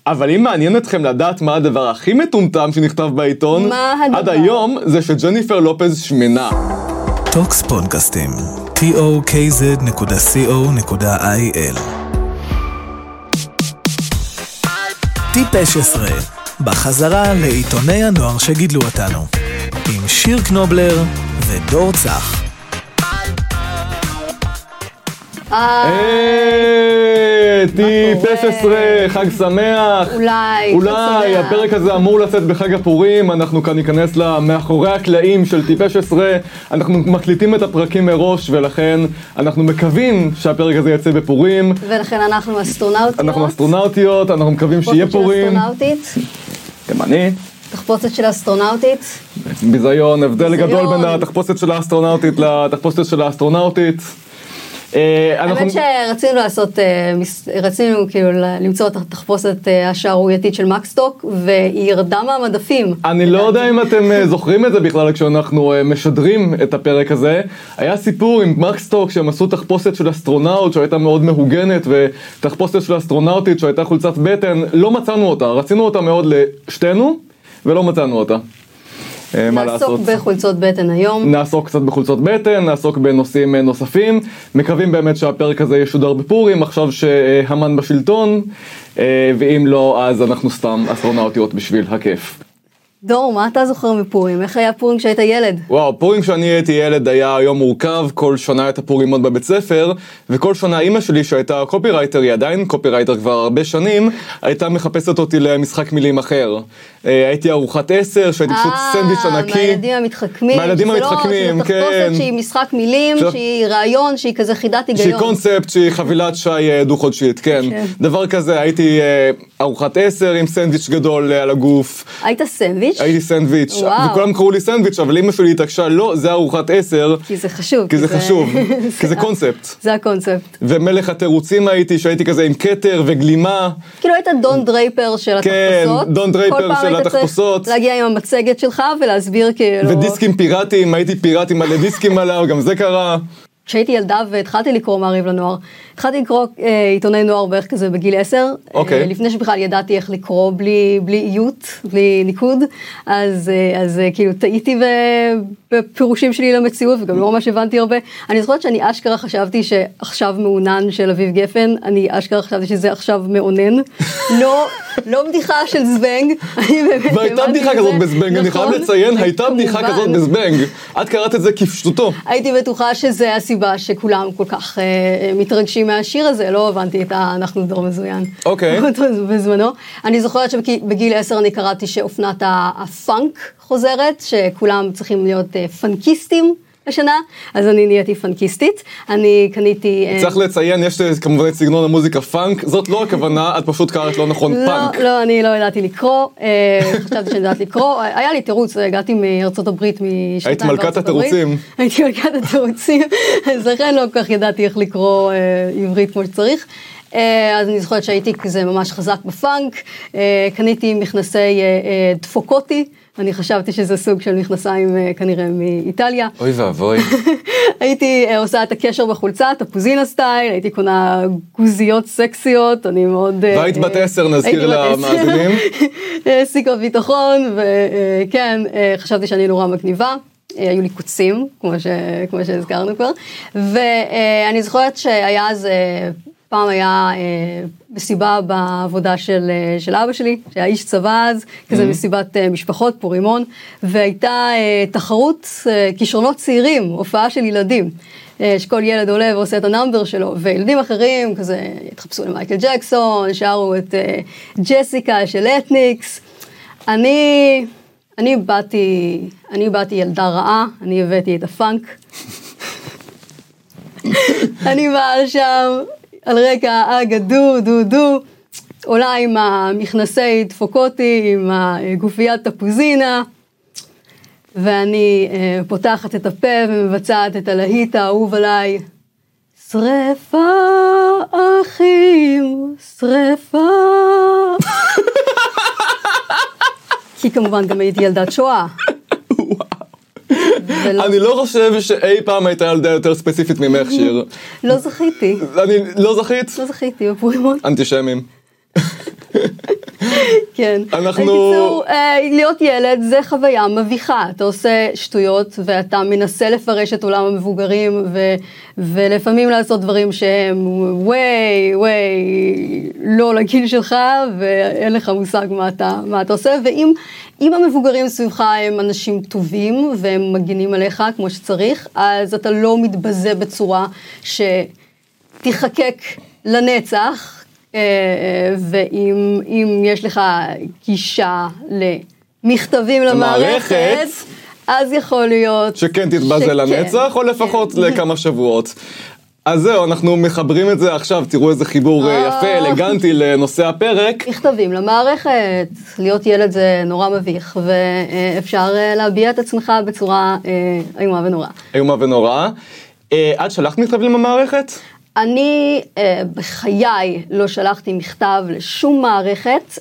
אבל אם מעניין אתכם לדעת מה הדבר הכי מטומטם שנכתב בעיתון, עד היום זה שג'ניפר לופז שמנה. טוקס פודקאסטים, tokz.co.il. טיפש 10, בחזרה לעיתוני הנוער שגידלו אותנו, עם שיר קנובלר ודור צח. טיפש 10, חג שמח. אולי הפרק הזה אמור לצאת בחג הפורים. אנחנו כאן ניכנס למאחורי הקלעים של טיפש 10. אנחנו מקליטים את הפרקים מראש, ולכן אנחנו מקווים שהפרק הזה יצא בפורים. ולכן אנחנו אסטרונאוטיות. אנחנו מקווים שיהיה פורים. גם אני. תחפושת של האסטרונאוטית. ביזיון, הבדל גדול בין התחפושת של האסטרונאוטית לתחפושת של האסטרונאוטית. האמת שרצינו רצינו כאילו למצוא את התחפושת השערורייתית של מקסטוק, והיא ירדה מהמדפים. אני לא יודע אם אתם זוכרים את זה בכלל כשאנחנו משדרים את הפרק הזה. היה סיפור עם מקסטוק שהם עשו תחפושת של אסטרונאוט שהייתה מאוד מהוגנת, ותחפושת של אסטרונאוטית שהייתה חולצת בטן. לא מצאנו אותה, רצינו אותה מאוד לשתינו ולא מצאנו אותה. נעסוק בחולצות בטן היום. נעסוק קצת בחולצות בטן, נעסוק בנושאים נוספים. מקווים באמת שהפרק הזה ישודר בפורים, עכשיו שהמן בשלטון, ואם לא, אז אנחנו סתם אסטרונאוטיות בשביל הכיף. דור, מה אתה זוכר מפורים? איך היה פורים כשהיית ילד? וואו, פורים כשאני הייתי ילד היה יום מורכב. כל שנה הייתה פורימות בבית ספר, וכל שנה אמא שלי שהייתה קופירייטר, היא עדיין קופירייטר כבר הרבה שנים, הייתה מחפשת אותי למשחק מילים אחר. הייתי ארוחת 10, שהייתי פשוט סנדוויץ' ענקי. מהילדים המתחכמים. מהילדים המתחכמים, כן. שזה תחפושת שהיא משחק מילים, שהיא רעיון, שהיא כזה חידת היגיון. שהיא קונספט, שהיא חבילת שי דו-חודשית, כן. דבר כזה, הייתי ארוחת 10 עם סנדוויץ' גדול על הגוף. היית סנדוויץ'? הייתי סנדוויץ', וכולם קראו לי סנדוויץ', אבל אמא שלי התעקשה, לא, זה ארוחת 10. כי זה חשוב. כי זה חשוב, כי זה קונספט. זה הקונספט. ומלך התירוצים שהייתי כזה עם קטר וגלימה. כאילו היית דון דרייפר של התחפושות. כן, דון דרייפר של התחפושות. להגיע עם המצגת שלך ולהסביר כאילו. ודיסקים פיראטיים, הייתי פיראטים מלא דיסקים עליו, גם זה קרה. כשהייתי ילדה והתחלתי לקרוא מעריב לנוער, התחלתי לקרוא עיתוני נוער בערך כזה בגיל 10, לפני שבכלל ידעתי איך לקרוא בלי איות, בלי ניקוד, אז כאילו טעיתי בפירושים שלי למציאות, וגם לא ממש הבנתי הרבה. אני זוכרת שאני אשכרה חשבתי שעכשיו מעונן של אביב גפן, אני אשכרה חשבתי שזה עכשיו מעונן, לא בדיחה של זבנג. והייתה בדיחה כזאת בזבנג, אני חייב לציין, הייתה בדיחה כזאת בזבנג. את קראת את זה כפשוטו. הייתי בטוחה שזה הסיבה שכולם כל כך מתרגשים מהשיר הזה, לא הבנתי את אנחנו דור מזוין. אוקיי. בזמנו. אני זוכרת שבגיל 10 אני קראתי שאופנת הפאנק חוזרת, שכולם צריכים להיות פנקיסטים השנה, אז אני נהייתי פנקיסטית. אני קניתי... צריך לציין, יש כמובן את סגנון המוזיקה פאנק, זאת לא הכוונה, את פשוט קראת לא נכון פאנק. לא, אני לא ידעתי לקרוא, חשבתי שאני ידעת לקרוא, היה לי תירוץ, הגעתי מארצות הברית, היית מלכת התירוצים. הייתי מלכת התירוצים, אז לכן לא כל כך ידעתי איך לקרוא עברית כמו שצריך. אז אני זוכרת שהייתי כזה ממש חזק בפאנק, קניתי מכנסי דפוקותי, אני חשבתי שזה סוג של מכנסיים כנראה מאיטליה. אוי ואבוי. הייתי עושה את הקשר בחולצה, תפוזינה סטייל, הייתי קונה גוזיות סקסיות, אני מאוד... והיית בת 10 נזכיר למאזינים. סיקרת ביטחון, וכן, חשבתי שאני נורא מגניבה. היו לי קוצים, כמו שהזכרנו כבר. ואני זוכרת שהיה אז... פעם היה מסיבה בעבודה של אבא שלי, שהיה איש צבא אז, כזה מסיבת משפחות, פורימון, והייתה תחרות כישרונות צעירים, הופעה של ילדים, שכל ילד עולה ועושה את הנאמבר שלו, וילדים אחרים כזה התחפשו למייקל ג'קסון, שרו את ג'סיקה של אתניקס. אני באתי ילדה רעה, אני הבאתי את הפאנק. אני באה שם... על רקע אגדו, דו, עולה עם המכנסי דפוקותי, עם הגופיית תפוזינה, ואני פותחת את הפה ומבצעת את הלהיט האהוב עליי. שריפה, אחים, שריפה. כי כמובן גם הייתי ילדת שואה. אני לא חושב שאי פעם הייתה ילדה יותר ספציפית ממך שיר. לא זכיתי. לא זכית? לא זכיתי בפורימון. אנטישמים. כן. אנחנו... בקיצור, להיות ילד זה חוויה מביכה. אתה עושה שטויות ואתה מנסה לפרש את עולם המבוגרים ולפעמים לעשות דברים שהם לא לגיל שלך ואין לך מושג מה אתה עושה. ואם המבוגרים סביבך הם אנשים טובים והם מגינים עליך כמו שצריך, אז אתה לא מתבזה בצורה שתחקק לנצח. ואם יש לך גישה למכתבים למערכת, אז יכול להיות שכן תתבזה לנצח, או לפחות לכמה שבועות. אז זהו, אנחנו מחברים את זה עכשיו, תראו איזה חיבור יפה, אלגנטי לנושא הפרק. מכתבים למערכת, להיות ילד זה נורא מביך, ואפשר להביע את עצמך בצורה איומה ונורא. איומה ונורא. את שלחת מכתבים למערכת? אני בחיי לא שלחתי מכתב לשום מערכת,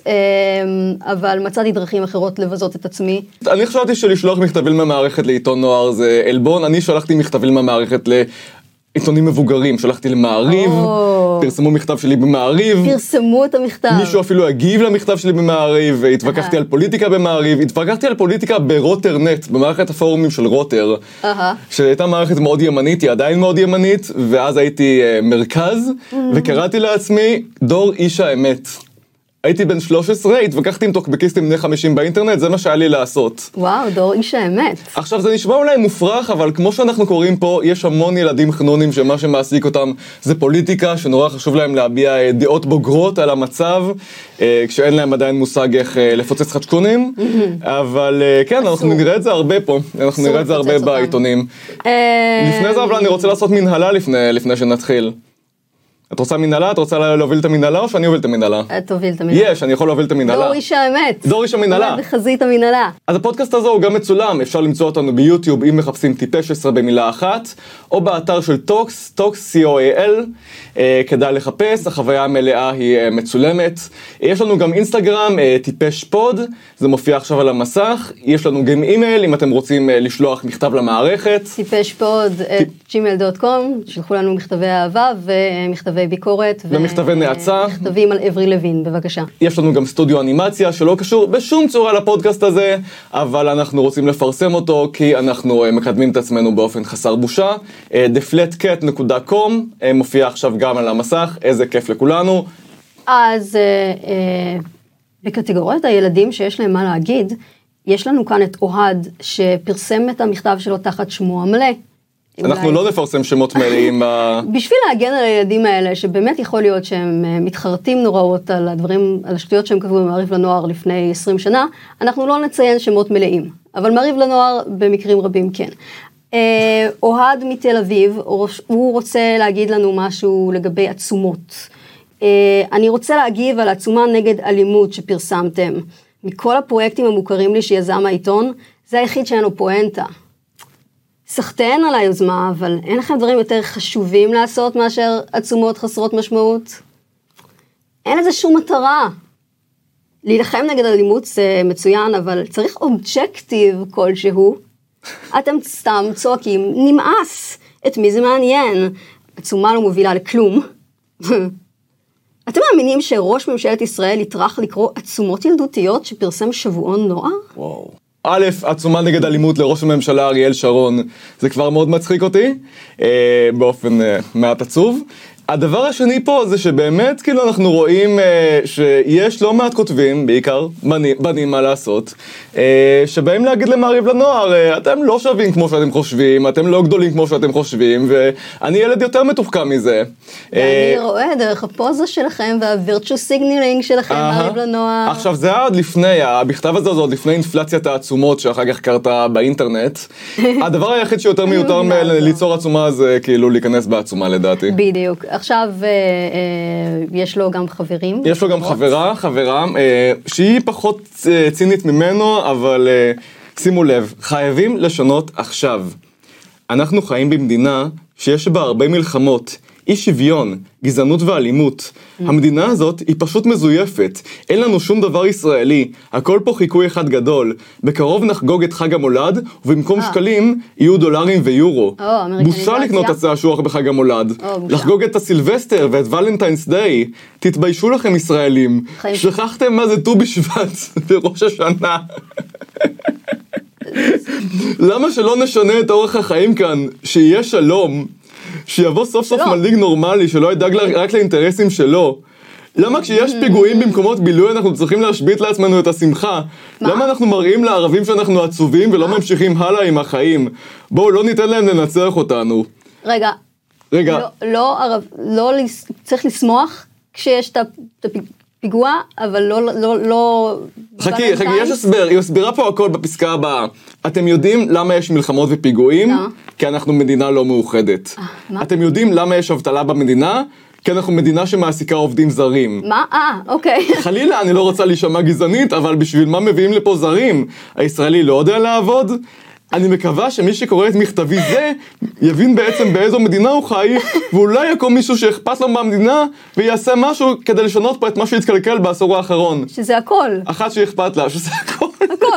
אבל מצאתי דרכים אחרות לבזות את עצמי. אני חשבתי שלשלוח מכתבים למערכת לעיתון נוער זה אלבון, אני שלחתי מכתבים למערכת לעיתונים מבוגרים, שלחתי למעריב, פרסמו מכתב שלי במעריב. פרסמו את המכתב. מישהו אפילו הגיב למכתב שלי במעריב, התווכחתי על פוליטיקה במעריב, התווכחתי על פוליטיקה ברוטרנט, במערכת הפורומים של רוטר, שהייתה מערכת מאוד ימנית, היא עדיין מאוד ימנית, ואז הייתי מרכז, וקראתי לעצמי דור איש האמת. הייתי בן 13, התווכחתי עם טוקבקיסטים בני 50 באינטרנט, זה מה שהיה לי לעשות. וואו, דור איש האמת. עכשיו, זה נשמע אולי מופרך, אבל כמו שאנחנו קוראים פה, יש המון ילדים חנונים שמה שמעסיק אותם זה פוליטיקה, שנורא חשוב להם להביע דעות בוגרות על המצב, כשאין להם עדיין מושג איך לפוצץ חדשקונים, אבל כן, אנחנו נראה את זה הרבה פה, אנחנו נראה את זה הרבה בעיתונים. לפני זה, אבל אני רוצה לעשות מנהלה לפני שנתחיל. את רוצה מנהלה? את רוצה להוביל את המנהלה או שאני אוביל את המנהלה? תוביל את המנהלה. יש, אני יכול להוביל את המנהלה. דור איש האמת. דור איש המנהלה. בחזית המנהלה. אז הפודקאסט הזה הוא גם מצולם, אפשר למצוא אותנו ביוטיוב אם מחפשים טיפש 10 במילה אחת, או באתר של טוקס, TOX.COAL, כדאי לחפש, החוויה המלאה היא מצולמת. יש לנו גם אינסטגרם, טיפש פוד, זה מופיע עכשיו על המסך, יש לנו גם אימייל אם אתם רוצים לשלוח מכתב למערכת. tipeshpod@gmail.com, שלחו לנו מכתבי אהבה ומכתבי ביקורת. ומכתבי נאצה. מכתבים על אברי לוין, בבקשה. יש לנו גם סטודיו אנימציה שלא קשור בשום צורה לפודקאסט הזה, אבל אנחנו רוצים לפרסם אותו כי אנחנו מקדמים את עצמנו באופן חסר בושה. theflatcat.com מופיע עכשיו גם על המסך, איזה כיף לכולנו. אז בקטגוריית הילדים שיש להם מה להגיד, יש לנו כאן את אוהד שפרסם את המכתב שלו תחת שמו המלא. אנחנו לא נפרסם שמות מלאים. בשביל להגן על הילדים האלה, שבאמת יכול להיות שהם מתחרטים נוראות על הדברים, על השטויות שהם כתבו במעריב לנוער לפני 20 שנה, אנחנו לא נציין שמות מלאים, אבל מעריב לנוער במקרים רבים כן. אוהד מתל אביב, הוא רוצה להגיד לנו משהו לגבי עצומות. אני רוצה להגיב על עצומה נגד אלימות שפרסמתם. מכל הפרויקטים המוכרים לי שיזם העיתון, זה היחיד שאין לו פואנטה. סחטיין על היוזמה, אבל אין לכם דברים יותר חשובים לעשות מאשר עצומות חסרות משמעות? אין לזה שום מטרה. להילחם נגד אלימות זה מצוין, אבל צריך אובג'קטיב כלשהו. אתם סתם צועקים, נמאס. את מי זה מעניין? עצומה לא מובילה לכלום. אתם מאמינים שראש ממשלת ישראל יטרח לקרוא עצומות ילדותיות שפרסם שבועון נוער? וואו. א', עצומה נגד אלימות לראש הממשלה אריאל שרון, זה כבר מאוד מצחיק אותי, באופן מעט עצוב. הדבר השני פה זה שבאמת כאילו אנחנו רואים שיש לא מעט כותבים, בעיקר בנים מה לעשות, שבאים להגיד למעריב לנוער, אתם לא שווים כמו שאתם חושבים, אתם לא גדולים כמו שאתם חושבים, ואני ילד יותר מתוחכם מזה. ואני רואה דרך הפוזה שלכם והווירטואל סיגנלינג שלכם מעריב לנוער. עכשיו זה היה עוד לפני, המכתב הזה זה עוד לפני אינפלציית העצומות שאחר כך קרתה באינטרנט. הדבר היחיד שיותר מיותר ליצור עצומה זה כאילו להיכנס בעצומה לדעתי. בדיוק. עכשיו יש לו גם חברים. יש לו גם חברה, שהיא פחות צינית ממנו, אבל שימו לב, חייבים לשנות עכשיו. אנחנו חיים במדינה שיש בה הרבה מלחמות. אי שוויון, גזענות ואלימות. המדינה הזאת היא פשוט מזויפת. אין לנו שום דבר ישראלי. הכל פה חיקוי אחד גדול. בקרוב נחגוג את חג המולד, ובמקום שקלים יהיו דולרים ויורו. בושה לקנות עצי אשוח בחג המולד. לחגוג את הסילבסטר ואת ולנטיינס דיי. תתביישו לכם ישראלים. שכחתם מה זה ט"ו בשבט בראש השנה. למה שלא נשנה את אורח החיים כאן? שיהיה שלום. שיבוא סוף סוף מנהיג נורמלי, שלא ידאג רק לאינטרסים שלו. למה כשיש פיגועים במקומות בילוי אנחנו צריכים להשבית לעצמנו את השמחה? למה אנחנו מראים לערבים שאנחנו עצובים ולא ממשיכים הלאה עם החיים? בואו לא ניתן להם לנצח אותנו. רגע. לא צריך לשמוח כשיש את הפיגוע, אבל לא... חכי, יש הסבר, היא הסבירה פה הכל בפסקה הבאה. אתם יודעים למה יש מלחמות ופיגועים? כי אנחנו מדינה לא מאוחדת. אתם יודעים למה יש אבטלה במדינה? כי אנחנו מדינה שמעסיקה עובדים זרים. מה? אוקיי. חלילה, אני לא רוצה להישמע גזענית, אבל בשביל מה מביאים לפה זרים? הישראלי לא יודע לעבוד? אני מקווה שמי שקורא את מכתבי זה, יבין בעצם באיזו מדינה הוא חי, ואולי יקום מישהו שאכפת לו מהמדינה, ויעשה משהו כדי לשנות פה את מה שהתקלקל בעשור האחרון. שזה הכל. אחת שאכפת לה, שזה הכל. הכל.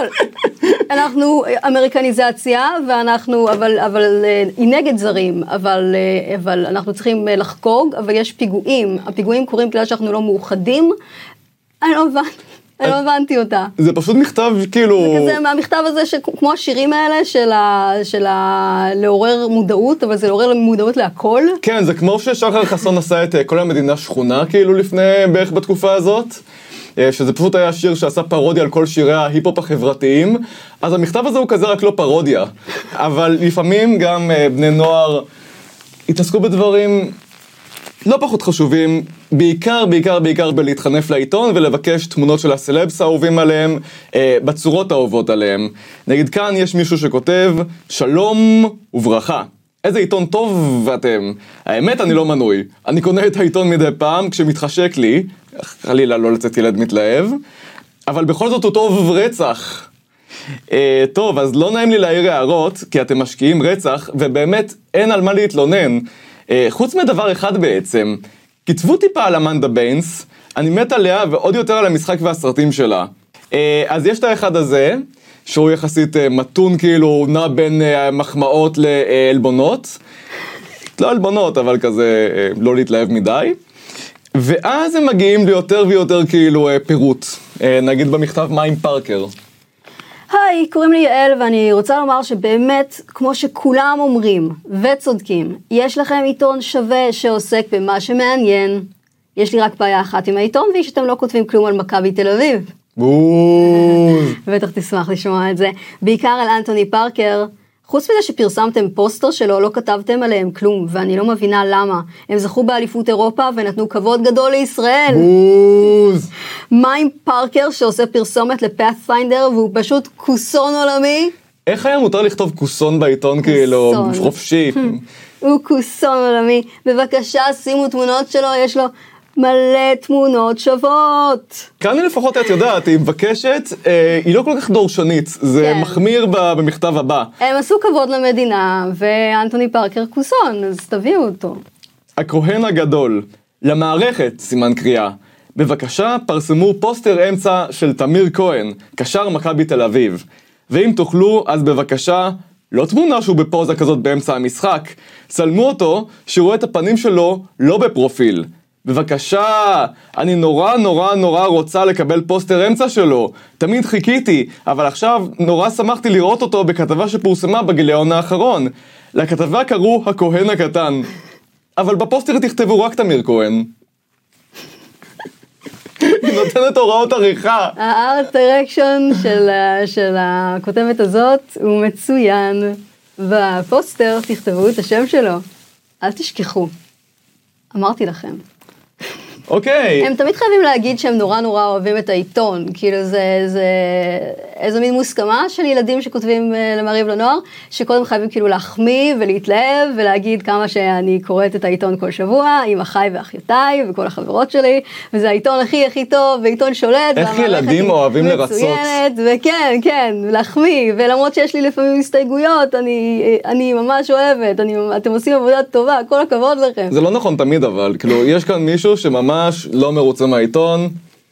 אנחנו אמריקניזציה, אבל היא נגד זרים, אבל אנחנו צריכים לחגוג, אבל יש פיגועים. הפיגועים קורים בגלל שאנחנו לא מאוחדים. אני לא הבנתי אותה. זה פשוט מכתב כאילו... זה כזה מהמכתב הזה, כמו השירים האלה של לעורר מודעות, אבל זה לעורר מודעות להכל. כן, זה כמו ששחר חסון עשה את כל המדינה שכונה כאילו לפני בערך בתקופה הזאת. שזה פשוט היה שיר שעשה פרודיה על כל שירי ההיפ-הופ החברתיים. אז המכתב הזה הוא כזה רק לא פרודיה. אבל לפעמים גם בני נוער התעסקו בדברים... לא פחות חשובים, בעיקר בלהתחנף לעיתון ולבקש תמונות של הסלבס האהובים עליהם, בצורות האהובות עליהם. נגיד כאן יש מישהו שכותב, שלום וברכה. איזה עיתון טוב ואתם. האמת אני לא מנוי. אני קונה את העיתון מדי פעם כשמתחשק לי, חלילה לא לצאת ילד מתלהב, אבל בכל זאת הוא טוב רצח. טוב, אז לא נעים לי להעיר הערות, כי אתם משקיעים רצח, ובאמת אין על מה להתלונן. חוץ מדבר אחד בעצם, כתבו טיפה על אמנדה ביינס, אני מת עליה ועוד יותר על המשחק והסרטים שלה. אז יש את האחד הזה, שהוא יחסית מתון כאילו, נע בין מחמאות לאלבונות. לא אלבונות, אבל כזה לא להתלהב מדי. ואז הם מגיעים ליותר ויותר כאילו פירוט. נגיד במכתב מה עם פארקר. היי, קוראים לי יעל ואני רוצה לומר שבאמת, כמו שכולם אומרים וצודקים, יש לכם עיתון שווה שעוסק במה שמעניין. יש לי רק בעיה אחת עם העיתון, והיא שאתם לא כותבים כלום על מכבי תל אביב. בוז. בטח תשמח לשמוע את זה. בעיקר על אנטוני פארקר. חוץ מזה שפרסמתם פוסטר שלו, לא כתבתם עליהם כלום, ואני לא מבינה למה. הם זכו באליפות אירופה ונתנו כבוד גדול לישראל. בוז. מה עם פארקר שעושה פרסומת לפאת'פיינדר והוא פשוט כוסון עולמי? איך היה מותר לכתוב כוסון בעיתון כאילו חופשי? הוא כוסון עולמי. בבקשה שימו תמונות שלו, יש לו מלא תמונות שוות. כאן לפחות את יודעת, היא מבקשת, היא לא כל כך דורשנית, זה מחמיר במכתב הבא. הם עשו כבוד למדינה, ואנטוני פארקר כוסון, אז תביאו אותו. הכהן הגדול, למערכת, סימן קריאה. בבקשה, פרסמו פוסטר אמצע של תמיר כהן, קשר מכבי תל אביב. ואם תוכלו, אז בבקשה, לא תמונה שהוא בפוזה כזאת באמצע המשחק, צלמו אותו שרואה את הפנים שלו לא בפרופיל. בבקשה, אני נורא רוצה לקבל פוסטר אמצע שלו. תמיד חיכיתי, אבל עכשיו נורא שמחתי לראות אותו בכתבה שפורסמה בגיליון האחרון. לכתבה קראו הכהן הקטן. אבל בפוסטר תכתבו רק תמיר כהן. היא נותנת הוראות עריכה. הארט דירקשן של הכותבת הזאת הוא מצוין. בפוסטר תכתבו את השם שלו. אל תשכחו. אמרתי לכם. אוקיי. הם תמיד חייבים להגיד שהם נורא נורא אוהבים את העיתון, כאילו זה איזו מין מוסכמה של ילדים שכותבים למעריב לנוער, שקודם חייבים כאילו להחמיא ולהתלהב ולהגיד כמה שאני קוראת את העיתון כל שבוע, עם אחיי ואחיותיי וכל החברות שלי, וזה העיתון הכי טוב, ועיתון שולט. איך ילדים אוהבים לרצות. וכן, כן, להחמיא, ולמרות שיש לי לפעמים הסתייגויות, אני ממש אוהבת, אתם עושים עבודה טובה, כל הכבוד לכם. זה לא נכון תמיד אבל, כאילו יש כאן מישהו שממש לא מרוצה מהעיתון,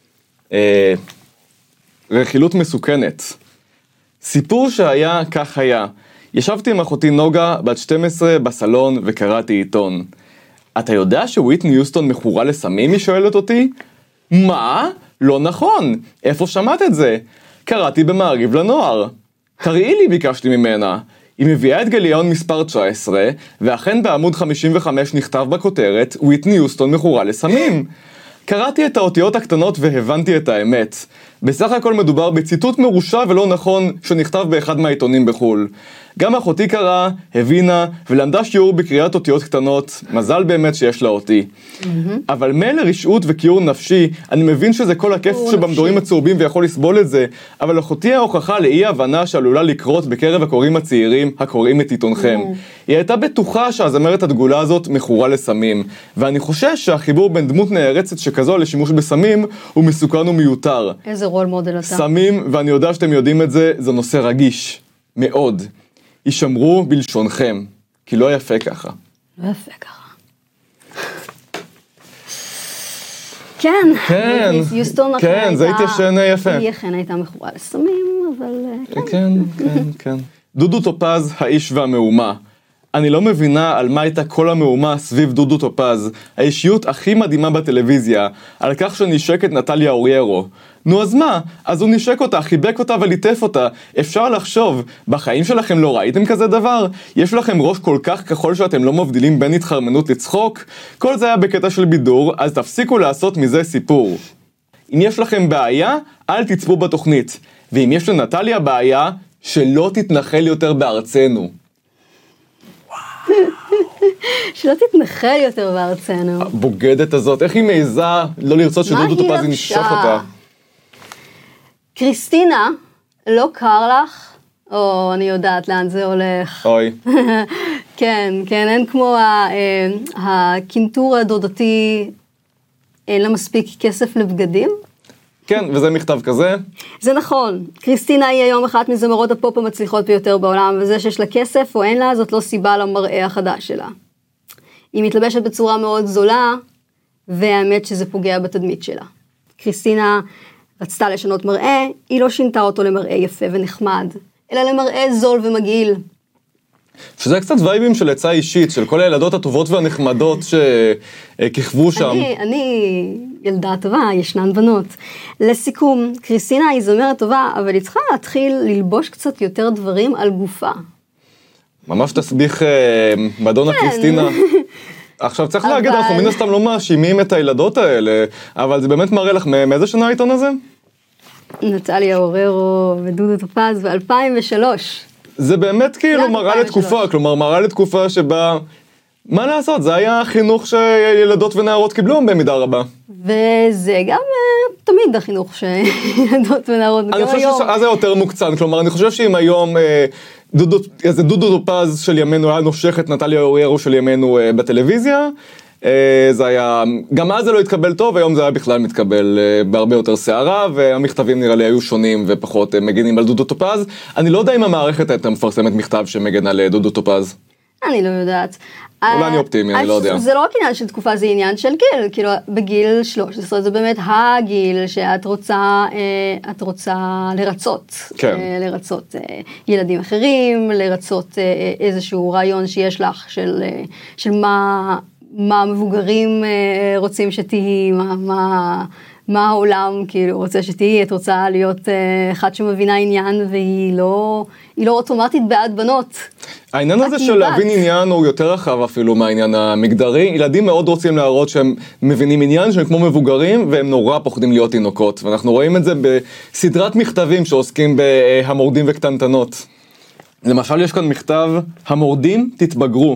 רכילות מסוכנת. סיפור שהיה כך היה, ישבתי עם אחותי נוגה בת 12 בסלון וקראתי עיתון. אתה יודע שוויטני יוסטון מכורה לסמים? היא שואלת אותי. מה? לא נכון, איפה שמעת את זה? קראתי במעריב לנוער. תראי לי, ביקשתי ממנה. היא מביאה את גיליון מספר 19, ואכן בעמוד 55 נכתב בכותרת, וויטני יוסטון מכורה לסמים. קראתי את האותיות הקטנות והבנתי את האמת. בסך הכל מדובר בציטוט מרושע ולא נכון שנכתב באחד מהעיתונים בחול. גם אחותי קראה, הבינה ולמדה שיעור בקריאת אותיות קטנות, מזל באמת שיש לה אותי. אבל מילא רשעות וכיעור נפשי, אני מבין שזה כל הכיף שבמדורים הצהובים ויכול לסבול את זה, אבל אחותי ההוכחה לאי הבנה שעלולה לקרות בקרב הקוראים הצעירים הקוראים את עיתונכם. היא הייתה בטוחה שהזמרת הדגולה הזאת מכורה לסמים, ואני חושש שהחיבור בין דמות נערצת שכזו לשימוש בסמים הוא מסוכן ומיותר. איזה רול מודל אתה. סמים, ואני יודע שאתם יודעים את זה, זה נושא רגיש. מאוד. ישמרו בלשונכם, כי לא יפה ככה. לא יפה ככה. כן, כן, זה התיישן יפה. היא אכן הייתה מכורה לסמים, אבל כן. דודו טופז, האיש והמהומה. אני לא מבינה על מה הייתה כל המהומה סביב דודו טופז, האישיות הכי מדהימה בטלוויזיה, על כך שנשק את נטליה אוריירו. נו אז מה? אז הוא נשק אותה, חיבק אותה וליטף אותה. אפשר לחשוב, בחיים שלכם לא ראיתם כזה דבר? יש לכם ראש כל כך כחול שאתם לא מבדילים בין התחרמנות לצחוק? כל זה היה בקטע של בידור, אז תפסיקו לעשות מזה סיפור. אם יש לכם בעיה, אל תצפו בתוכנית. ואם יש לנטליה בעיה, שלא תתנחל יותר בארצנו. שלא תתנחל יותר בארצנו. הבוגדת הזאת, איך היא מעיזה לא לרצות שדודו טופז ינשוך אותה? קריסטינה, לא קר לך? או אני יודעת לאן זה הולך. אוי. כן, אין כמו הקינטור הדודתי, אין לה מספיק כסף לבגדים? כן, וזה מכתב כזה. זה נכון. קריסטינה היא היום אחת מזמרות הפופ המצליחות ביותר בעולם, וזה שיש לה כסף או אין לה, זאת לא סיבה למראה החדש שלה. היא מתלבשת בצורה מאוד זולה, והאמת שזה פוגע בתדמית שלה. קריסטינה רצתה לשנות מראה, היא לא שינתה אותו למראה יפה ונחמד, אלא למראה זול ומגעיל. שזה קצת וייבים של עצה אישית, של כל הילדות הטובות והנחמדות שכיכבו שם. אני ילדה טובה, ישנן בנות. לסיכום, קריסטינה היא זמרת טובה, אבל היא צריכה להתחיל ללבוש קצת יותר דברים על גופה. ממש תסביך מדונה קריסטינה. עכשיו צריך להגיד, אנחנו מן הסתם לא מאשימים את הילדות האלה, אבל זה באמת מראה לך מאיזה שנה העיתון הזה? נטליה אוריירו ודודו טופז ב-2003. זה באמת כאילו מראה לתקופה, כלומר מראה לתקופה שבה, מה לעשות, זה היה החינוך שילדות ונערות קיבלו במידה רבה. וזה גם תמיד החינוך שילדות ונערות, אני חושב שאז זה יותר מוקצן, כלומר אני חושב שאם היום דודו טופז של ימינו היה נושך את נטליה אוריירו של ימינו בטלוויזיה, זה היה, גם אז זה לא התקבל טוב, היום זה היה בכלל מתקבל בהרבה יותר שערה, והמכתבים נראה לי היו שונים ופחות מגנים על דודו טופז. אני לא יודע אם המערכת הייתה מפרסמת מכתב שמגן על דודו טופז. אני לא יודעת. אולי אני אופטימי, אני לא יודע. זה לא רק עניין של תקופה, זה עניין של גיל, כאילו בגיל 13 זה באמת הגיל שאת רוצה לרצות. כן. לרצות ילדים אחרים, לרצות איזשהו רעיון שיש לך של מה המבוגרים רוצים שתהי, מה העולם כאילו רוצה שתהי, את רוצה להיות אחת שמבינה עניין והיא לא אוטומטית בעד בנות. העניין הזה של להבין עניין הוא יותר רחב אפילו מהעניין המגדרי. ילדים מאוד רוצים להראות שהם מבינים עניין, שהם כמו מבוגרים, והם נורא פוחדים להיות תינוקות. ואנחנו רואים את זה בסדרת מכתבים שעוסקים בהמורדים וקטנטנות. למשל יש כאן מכתב, המורדים תתבגרו.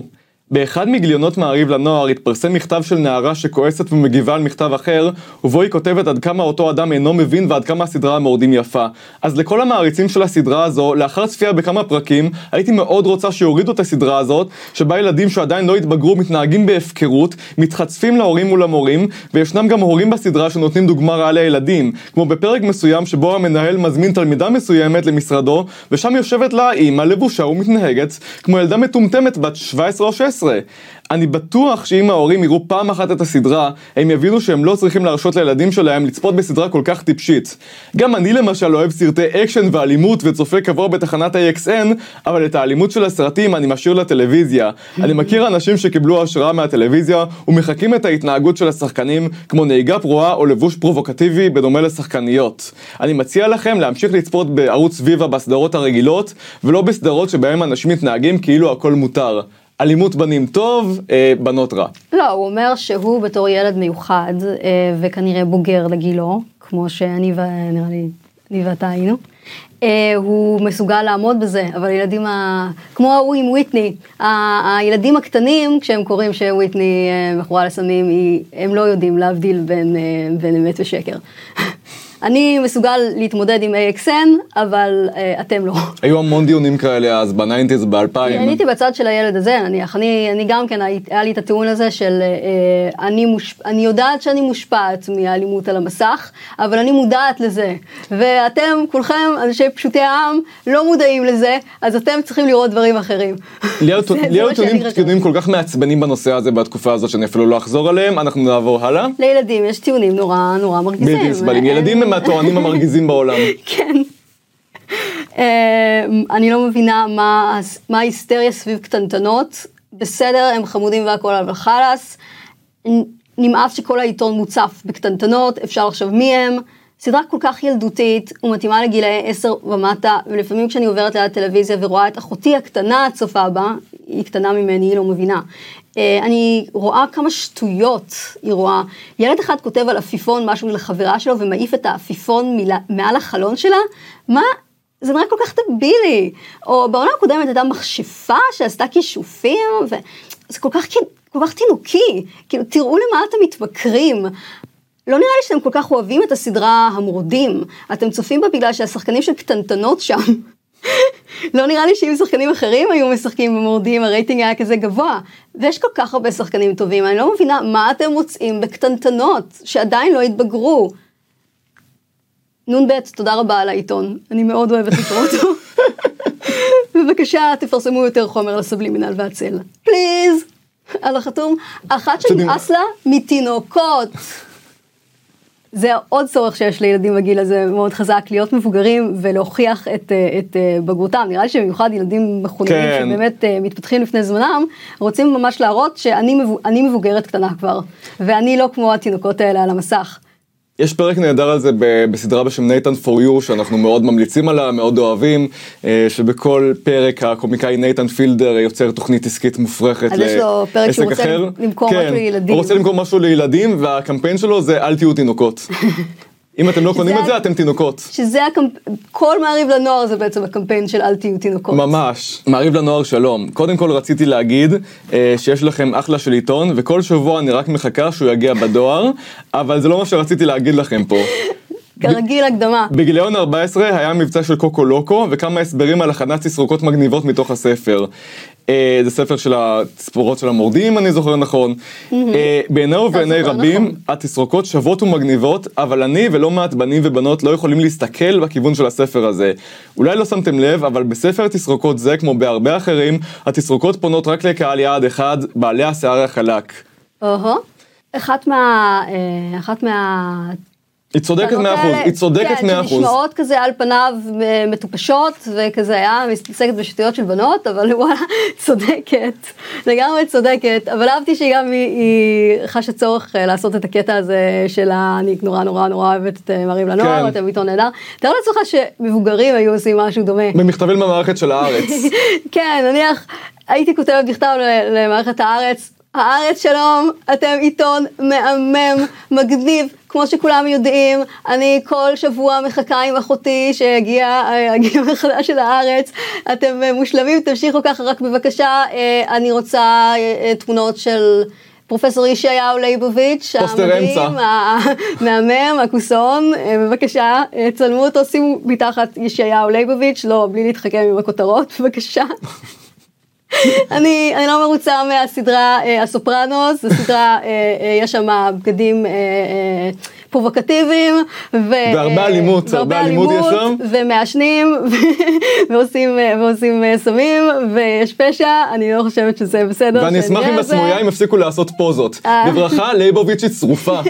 באחד מגיליונות מעריב לנוער התפרסם מכתב של נערה שכועסת ומגיבה על מכתב אחר, ובו היא כותבת עד כמה אותו אדם אינו מבין ועד כמה הסדרה המורדים יפה. אז לכל המעריצים של הסדרה הזו, לאחר צפייה בכמה פרקים, הייתי מאוד רוצה שיורידו את הסדרה הזאת, שבה ילדים שעדיין לא התבגרו מתנהגים בהפקרות, מתחצפים להורים ולמורים, וישנם גם הורים בסדרה שנותנים דוגמה רעה לילדים, כמו בפרק מסוים שבו המנהל מזמין תלמידה מסוימת למשרדו, ושם יושבת לה אימא לבושה ומתנהגת כמו ילדה מטומטמת בת 17 או 16. אני בטוח שאם ההורים יראו פעם אחת את הסדרה, הם יבינו שהם לא צריכים להרשות לילדים שלהם לצפות בסדרה כל כך טיפשית. גם אני למשל אוהב סרטי אקשן ואלימות וצופה קבוע בתחנת AXN, אבל את האלימות של הסרטים אני משאיר לטלוויזיה. אני מכיר אנשים שקיבלו השראה מהטלוויזיה ומחקים את ההתנהגות של השחקנים, כמו נהיגה פרועה או לבוש פרובוקטיבי בדומה לשחקניות. אני מציע לכם להמשיך לצפות בערוץ ויבה בסדרות הרגילות, ולא בסדרות שבהם אנשים מתנהגים כאילו הכל מותר. אלימות בנים טוב, בנות רע. לא, הוא אומר שהוא בתור ילד מיוחד, וכנראה בוגר לגילו, כמו שאני ונראה לי, אני ואתה היינו, הוא מסוגל לעמוד בזה, אבל ילדים, כמו הוא עם וויטני, הילדים הקטנים, כשהם קוראים שוויטני מכורה לסמים, הם לא יודעים להבדיל בין אמת ושקר. אני מסוגל להתמודד עם AXN, אבל אתם לא. היו המון דיונים כאלה אז, ב-90s, ב-2000. אני הייתי בצד של הילד הזה, נניח, אני גם כן, היה לי את הטיעון הזה של, אני יודעת שאני מושפעת מהאלימות על המסך, אבל אני מודעת לזה, ואתם כולכם, אנשי פשוטי העם, לא מודעים לזה, אז אתם צריכים לראות דברים אחרים. לי היו טיעונים כל כך מעצבנים בנושא הזה בתקופה הזאת, שאני אפילו לא אחזור עליהם, אנחנו נעבור הלאה. לילדים יש טיעונים נורא נורא מרגיזים. בלתי נסבלים, ילדים הם מהטוענים המרגיזים בעולם. כן. אני לא מבינה מה ההיסטריה סביב קטנטנות. בסדר, הם חמודים והכל, אבל חלס. נמאס שכל העיתון מוצף בקטנטנות, אפשר לחשוב מי הם. סדרה כל כך ילדותית ומתאימה לגילאי 10 ומטה, ולפעמים כשאני עוברת ליד הטלוויזיה ורואה את אחותי הקטנה הצופה בה, היא קטנה ממני, היא לא מבינה. אני רואה כמה שטויות היא רואה. ילד אחד כותב על עפיפון משהו לחברה שלו ומעיף את העפיפון מעל החלון שלה. מה? זה נראה כל כך דבילי. או בעונה הקודמת הייתה מכשפה שעשתה כישופים, וזה כל כך תינוקי. כאילו, תראו למה אתם מתמכרים. לא נראה לי שאתם כל כך אוהבים את הסדרה המורדים. אתם צופים בה בגלל שהשחקנים של קטנטנות שם. לא נראה לי שאם שחקנים אחרים היו משחקים במורדים, הרייטינג היה כזה גבוה. ויש כל כך הרבה שחקנים טובים. אני לא מבינה מה אתם מוצאים בקטנטנות שעדיין לא התבגרו. נ"ב, תודה רבה על העיתון. אני מאוד אוהבת לקרוא אותו. בבקשה, תפרסמו יותר חומר לסבלימינל והצל. פליז! על החתום. אחת שנמאס לה מתינוקות. זה עוד צורך שיש לילדים בגיל הזה מאוד חזק, להיות מבוגרים ולהוכיח את בגרותם. נראה לי שבמיוחד ילדים מכוננים שבאמת מתפתחים לפני זמנם, רוצים ממש להראות שאני מבוגרת קטנה כבר, ואני לא כמו התינוקות האלה על המסך. יש פרק נהדר על זה בסדרה בשם נייתן פור יו, שאנחנו מאוד ממליצים עליה, מאוד אוהבים, שבכל פרק הקומיקאי נייתן פילדר יוצר תוכנית עסקית מופרכת לעסק אחר. אז יש לו פרק שהוא רוצה למכור משהו לילדים. הוא רוצה למכור משהו לילדים, והקמפיין שלו זה אל תהיו תינוקות. אם אתם לא קונים את זה, אתם תינוקות. שזה כל מעריב לנוער זה בעצם הקמפיין של אל תהיו תינוקות. ממש. מעריב לנוער שלום. קודם כל רציתי להגיד שיש לכם אחלה של עיתון, וכל שבוע אני רק מחכה שהוא יגיע בדואר, אבל זה לא מה שרציתי להגיד לכם פה. כרגיל הקדמה. בגיליון 14 היה מבצע של קוקו לוקו, וכמה הסברים על הכנת תסרוקות מגניבות מתוך הספר. זה ספר של התספורות של המורדים, אני זוכר נכון. בעיניו ובעיני רבים, התסרוקות שוות ומגניבות, אבל אני ולא מעט בנים ובנות לא יכולים להסתכל בכיוון של הספר הזה. אולי לא שמתם לב, אבל בספר תסרוקות זה, כמו בהרבה אחרים, התסרוקות פונות רק לקהל יעד אחד, בעלי השיער החלק. אחת מה... היא צודקת 100%, היא צודקת 100%. כן, שנשמעות כזה על פניו מטופשות, וכזה היה מתעסקת בשטויות של בנות, אבל וואלה, צודקת, לגמרי צודקת, אבל אהבתי שגם היא חשה צורך לעשות את הקטע הזה של אני נורא נורא נורא אוהבת את מעריב לנוער, אתם עיתון נהדר. תאר לעצמך שמבוגרים היו עושים משהו דומה. במכתבים למערכת של הארץ. כן, נניח, הייתי כותבת בכתב למערכת הארץ, הארץ שלום, אתם עיתון מהמם, מגניב, כמו שכולם יודעים, אני כל שבוע מחכה עם אחותי שיגיע מחדש של הארץ, אתם מושלמים, תמשיכו ככה, רק בבקשה, אני רוצה תמונות של פרופסור ישעיהו ליבוביץ', המדהים, המהמם, הכוסון, בבקשה, צלמו אותו, שימו מתחת ישעיהו ליבוביץ', לא, בלי להתחכם עם הכותרות, בבקשה. אני לא מרוצה מהסדרה הסופרנוס, הסדרה יש שם בגדים פרובוקטיביים, והרבה אלימות, הרבה אלימות יש שם, ומעשנים, ועושים סמים, ויש פשע, אני לא חושבת שזה בסדר. ואני אשמח אם הסמויים יפסיקו לעשות פוזות. בברכה, ליבוביץ' היא צרופה.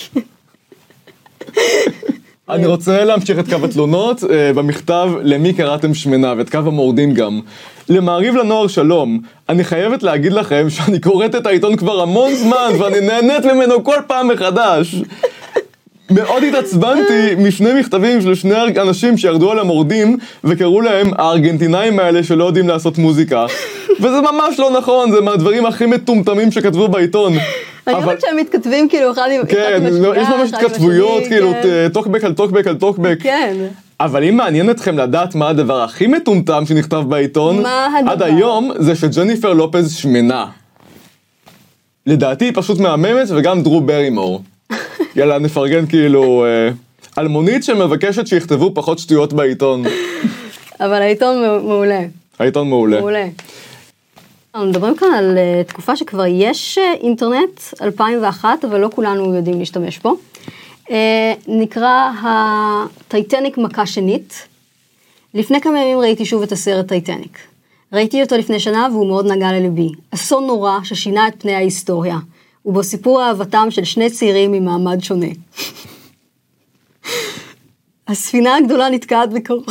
אני רוצה להמשיך את קו התלונות במכתב למי קראתם שמנה ואת קו המורדים גם. למעריב לנוער שלום, אני חייבת להגיד לכם שאני קוראת את העיתון כבר המון זמן ואני נהנית ממנו כל פעם מחדש. מאוד התעצבנתי משני מכתבים של שני אנשים שירדו על המורדים וקראו להם הארגנטינאים האלה שלא יודעים לעשות מוזיקה. וזה ממש לא נכון, זה מהדברים הכי מטומטמים שכתבו בעיתון. אני אומרת שהם מתכתבים כאילו אחד עם השנייה. כן, יש ממש התכתבויות, כאילו טוקבק על טוקבק על טוקבק. כן. אבל אם מעניין אתכם לדעת מה הדבר הכי מטומטם שנכתב בעיתון, עד היום זה שג'ניפר לופז שמנה. לדעתי היא פשוט מהממת וגם דרו ברימור. יאללה, נפרגן כאילו אלמונית שמבקשת שיכתבו פחות שטויות בעיתון. אבל העיתון מעולה. העיתון מעולה. מעולה. אנחנו מדברים כאן על תקופה שכבר יש אינטרנט, 2001, אבל לא כולנו יודעים להשתמש בו. נקרא הטייטניק מכה שנית. לפני כמה ימים ראיתי שוב את הסרט טייטניק. ראיתי אותו לפני שנה והוא מאוד נגע ללבי. אסון נורא ששינה את פני ההיסטוריה. ובו סיפור אהבתם של שני צעירים ממעמד שונה. הספינה הגדולה נתקעת בקרחון.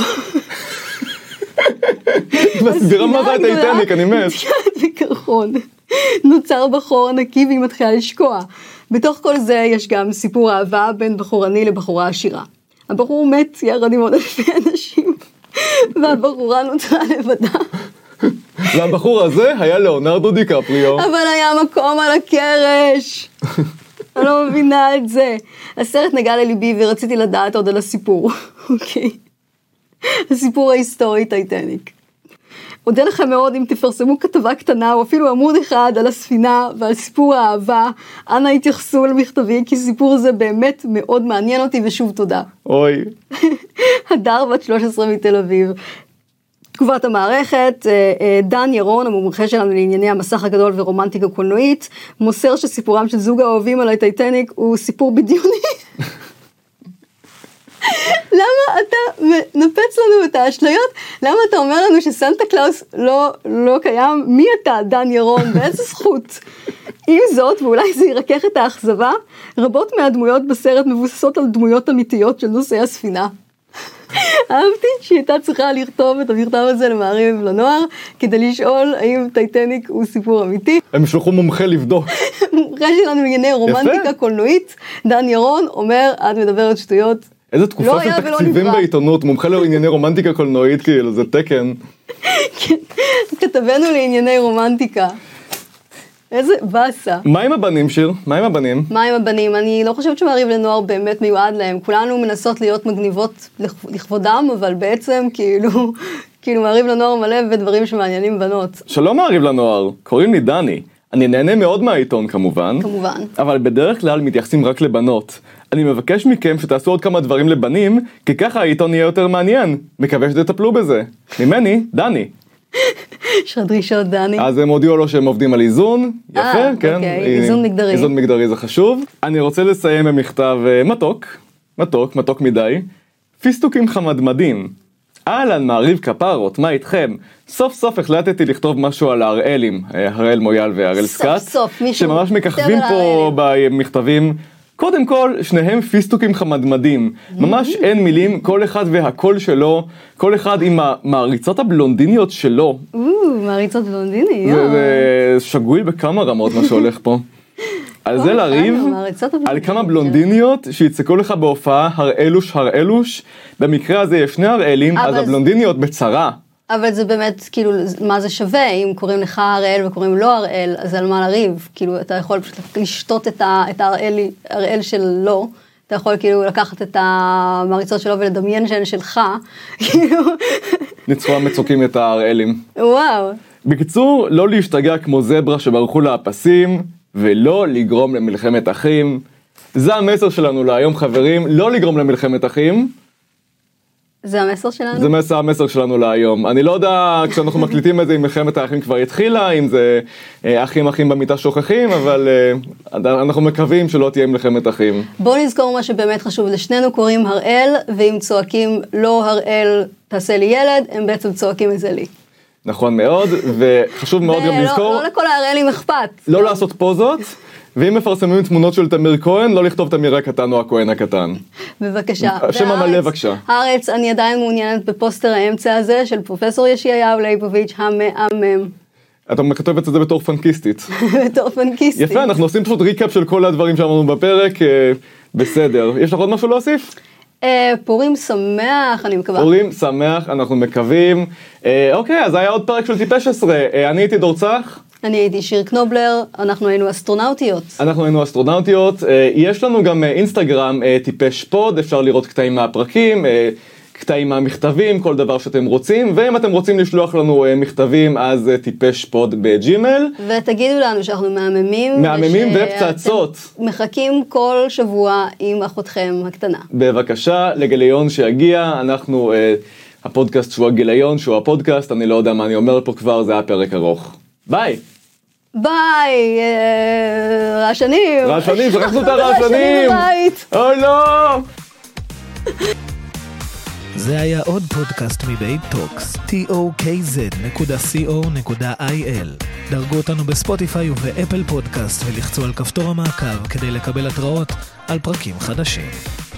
מסבירה מה זה הטייטניק, אני מת. נתקעת בקרחון. נוצר בחור ענקי והיא מתחילה לשקוע. בתוך כל זה יש גם סיפור אהבה בין בחור עני לבחורה עשירה. הבחור מת יחד עם עוד אלפי אנשים, והבחורה נותרה לבדה. והבחור הזה היה ליאונרדו דיקפריו. אבל היה מקום על הקרש. אני לא מבינה את זה. הסרט נגע לליבי ורציתי לדעת עוד על הסיפור. אוקיי. הסיפור ההיסטורי טייטניק. אודה לכם מאוד אם תפרסמו כתבה קטנה או אפילו עמוד אחד על הספינה ועל סיפור האהבה. אנא התייחסו למכתבי כי סיפור זה באמת מאוד מעניין אותי ושוב תודה. אוי. הדר בת 13 מתל אביב. תגובת המערכת, דן ירון, המומחה שלנו לענייני המסך הגדול ורומנטיקה קולנועית, מוסר שסיפורם של זוג האוהבים על הטייטניק הוא סיפור בדיוני. למה אתה מנפץ לנו את האשליות? למה אתה אומר לנו שסנטה קלאוס לא קיים? מי אתה, דן ירון? באיזה זכות? עם זאת, ואולי זה ירקח את האכזבה, רבות מהדמויות בסרט מבוססות על דמויות אמיתיות של נושאי הספינה. אהבתי שהיא הייתה צריכה לכתוב את המכתב הזה למעריב לנוער, כדי לשאול האם טייטניק הוא סיפור אמיתי. הם שלחו מומחה לבדוק. מומחה שלנו בענייני רומנטיקה קולנועית, דן ירון, אומר, את מדברת שטויות. איזה תקופה של תקציבים בעיתונות, מומחה לענייני רומנטיקה קולנועית, כאילו, זה תקן. כן, כתבנו לענייני רומנטיקה. איזה בסה. מה עם הבנים, שיר? מה עם הבנים? מה עם הבנים? אני לא חושבת שמעריב לנוער באמת מיועד להם. כולנו מנסות להיות מגניבות לכבודם, אבל בעצם כאילו מעריב לנוער מלא בדברים שמעניינים בנות. שלום מעריב לנוער, קוראים לי דני. אני נהנה מאוד מהעיתון כמובן. כמובן. אבל בדרך כלל מתייחסים רק לבנות. אני מבקש מכם שתעשו עוד כמה דברים לבנים, כי ככה העיתון יהיה יותר מעניין. מקווה שתטפלו בזה. ממני, דני. יש לך דרישות, דני. אז הם הודיעו לו שהם עובדים על איזון. יפה, כן. אוקיי, איזון מגדרי. איזון מגדרי זה חשוב. אני רוצה לסיים במכתב מתוק מדי. פיסטוקים חמדמדים. אהלן מעריב כפרות, מה איתכם? סוף סוף החלטתי לכתוב משהו על ההראלים, הראל מויאל והראל סקאט. סוף סוף, מישהו שממש מככבים פה במכתבים. קודם כל, שניהם פיסטוקים חמדמדים. ממש אין מילים, כל אחד והקול שלו, כל אחד עם המעריצות הבלונדיניות שלו. מעריצות בלונדיניות. זה שגוי בכמה רמות מה שהולך פה. על זה לריב, על כמה בלונדיניות שיצקו לך בהופעה הראלוש. במקרה הזה יש שני הראלים, אז הבלונדיניות בצרה. אבל זה באמת, כאילו, מה זה שווה? אם קוראים לך הראל וקוראים לו הראל, אז על מה לריב? כאילו, אתה יכול פשוט לשתות את הראל שלו, אתה יכול כאילו לקחת את המריצות שלו ולדמיין שהן שלך, כאילו. ניצחו המצוקים את הראלים. וואו. בקיצור, לא להשתגע כמו זברה שברחו לה הפסים, ולא לגרום למלחמת אחים. זה המסר שלנו להיום, חברים, לא לגרום למלחמת אחים. זה המסר שלנו? זה המסר שלנו להיום. אני לא יודע, כשאנחנו מקליטים את זה, אם מלחמת האחים כבר התחילה, אם זה אחים במיטה שוכחים, אבל אנחנו מקווים שלא תהיה מלחמת אחים. בואו נזכור מה שבאמת חשוב, לשנינו קוראים הראל, ואם צועקים לא הראל תעשה לי ילד, הם בעצם צועקים את זה לי. נכון מאוד, וחשוב מאוד גם לזכור. לא לכל הראלים אכפת. לא לעשות פוזות. ואם מפרסמים תמונות של תמיר כהן, לא לכתוב תמיר הקטן או הכהן הקטן. בבקשה. השם המלא בבקשה. הארץ, אני עדיין מעוניינת בפוסטר האמצע הזה של פרופסור ישעיהו ליבוביץ' המאמם. אתה מכתבת את זה בתור פנקיסטית. בתור פנקיסטית. יפה, אנחנו עושים פשוט ריקאפ של כל הדברים שאמרנו בפרק. בסדר. יש לך עוד משהו להוסיף? פורים שמח, אני מקווה. פורים שמח, אנחנו מקווים. אוקיי, אז היה עוד פרק של טיפש 10. אני הייתי דור צח. אני הייתי שיר קנובלר, אנחנו היינו אסטרונאוטיות. אנחנו היינו אסטרונאוטיות, יש לנו גם אינסטגרם טיפש פוד, אפשר לראות קטעים מהפרקים, קטעים מהמכתבים, כל דבר שאתם רוצים, ואם אתם רוצים לשלוח לנו מכתבים, אז טיפש פוד בג'ימל. ותגידו לנו שאנחנו מהממים. מהממים ופצצות. מחכים כל שבוע עם אחותכם הקטנה. בבקשה, לגיליון שיגיע, אנחנו, הפודקאסט שהוא הגיליון, שהוא הפודקאסט, אני לא יודע מה אני אומר פה כבר, זה היה פרק ארוך. ביי. ביי, רעשנים. רעשנים, שכחנו את הרעשנים. אוי לא. זה היה עוד פודקאסט מבית טוקס, tokz.co.il. דרגו אותנו בספוטיפיי ובאפל פודקאסט ולחצו על כפתור המעקב כדי לקבל התראות על פרקים חדשים.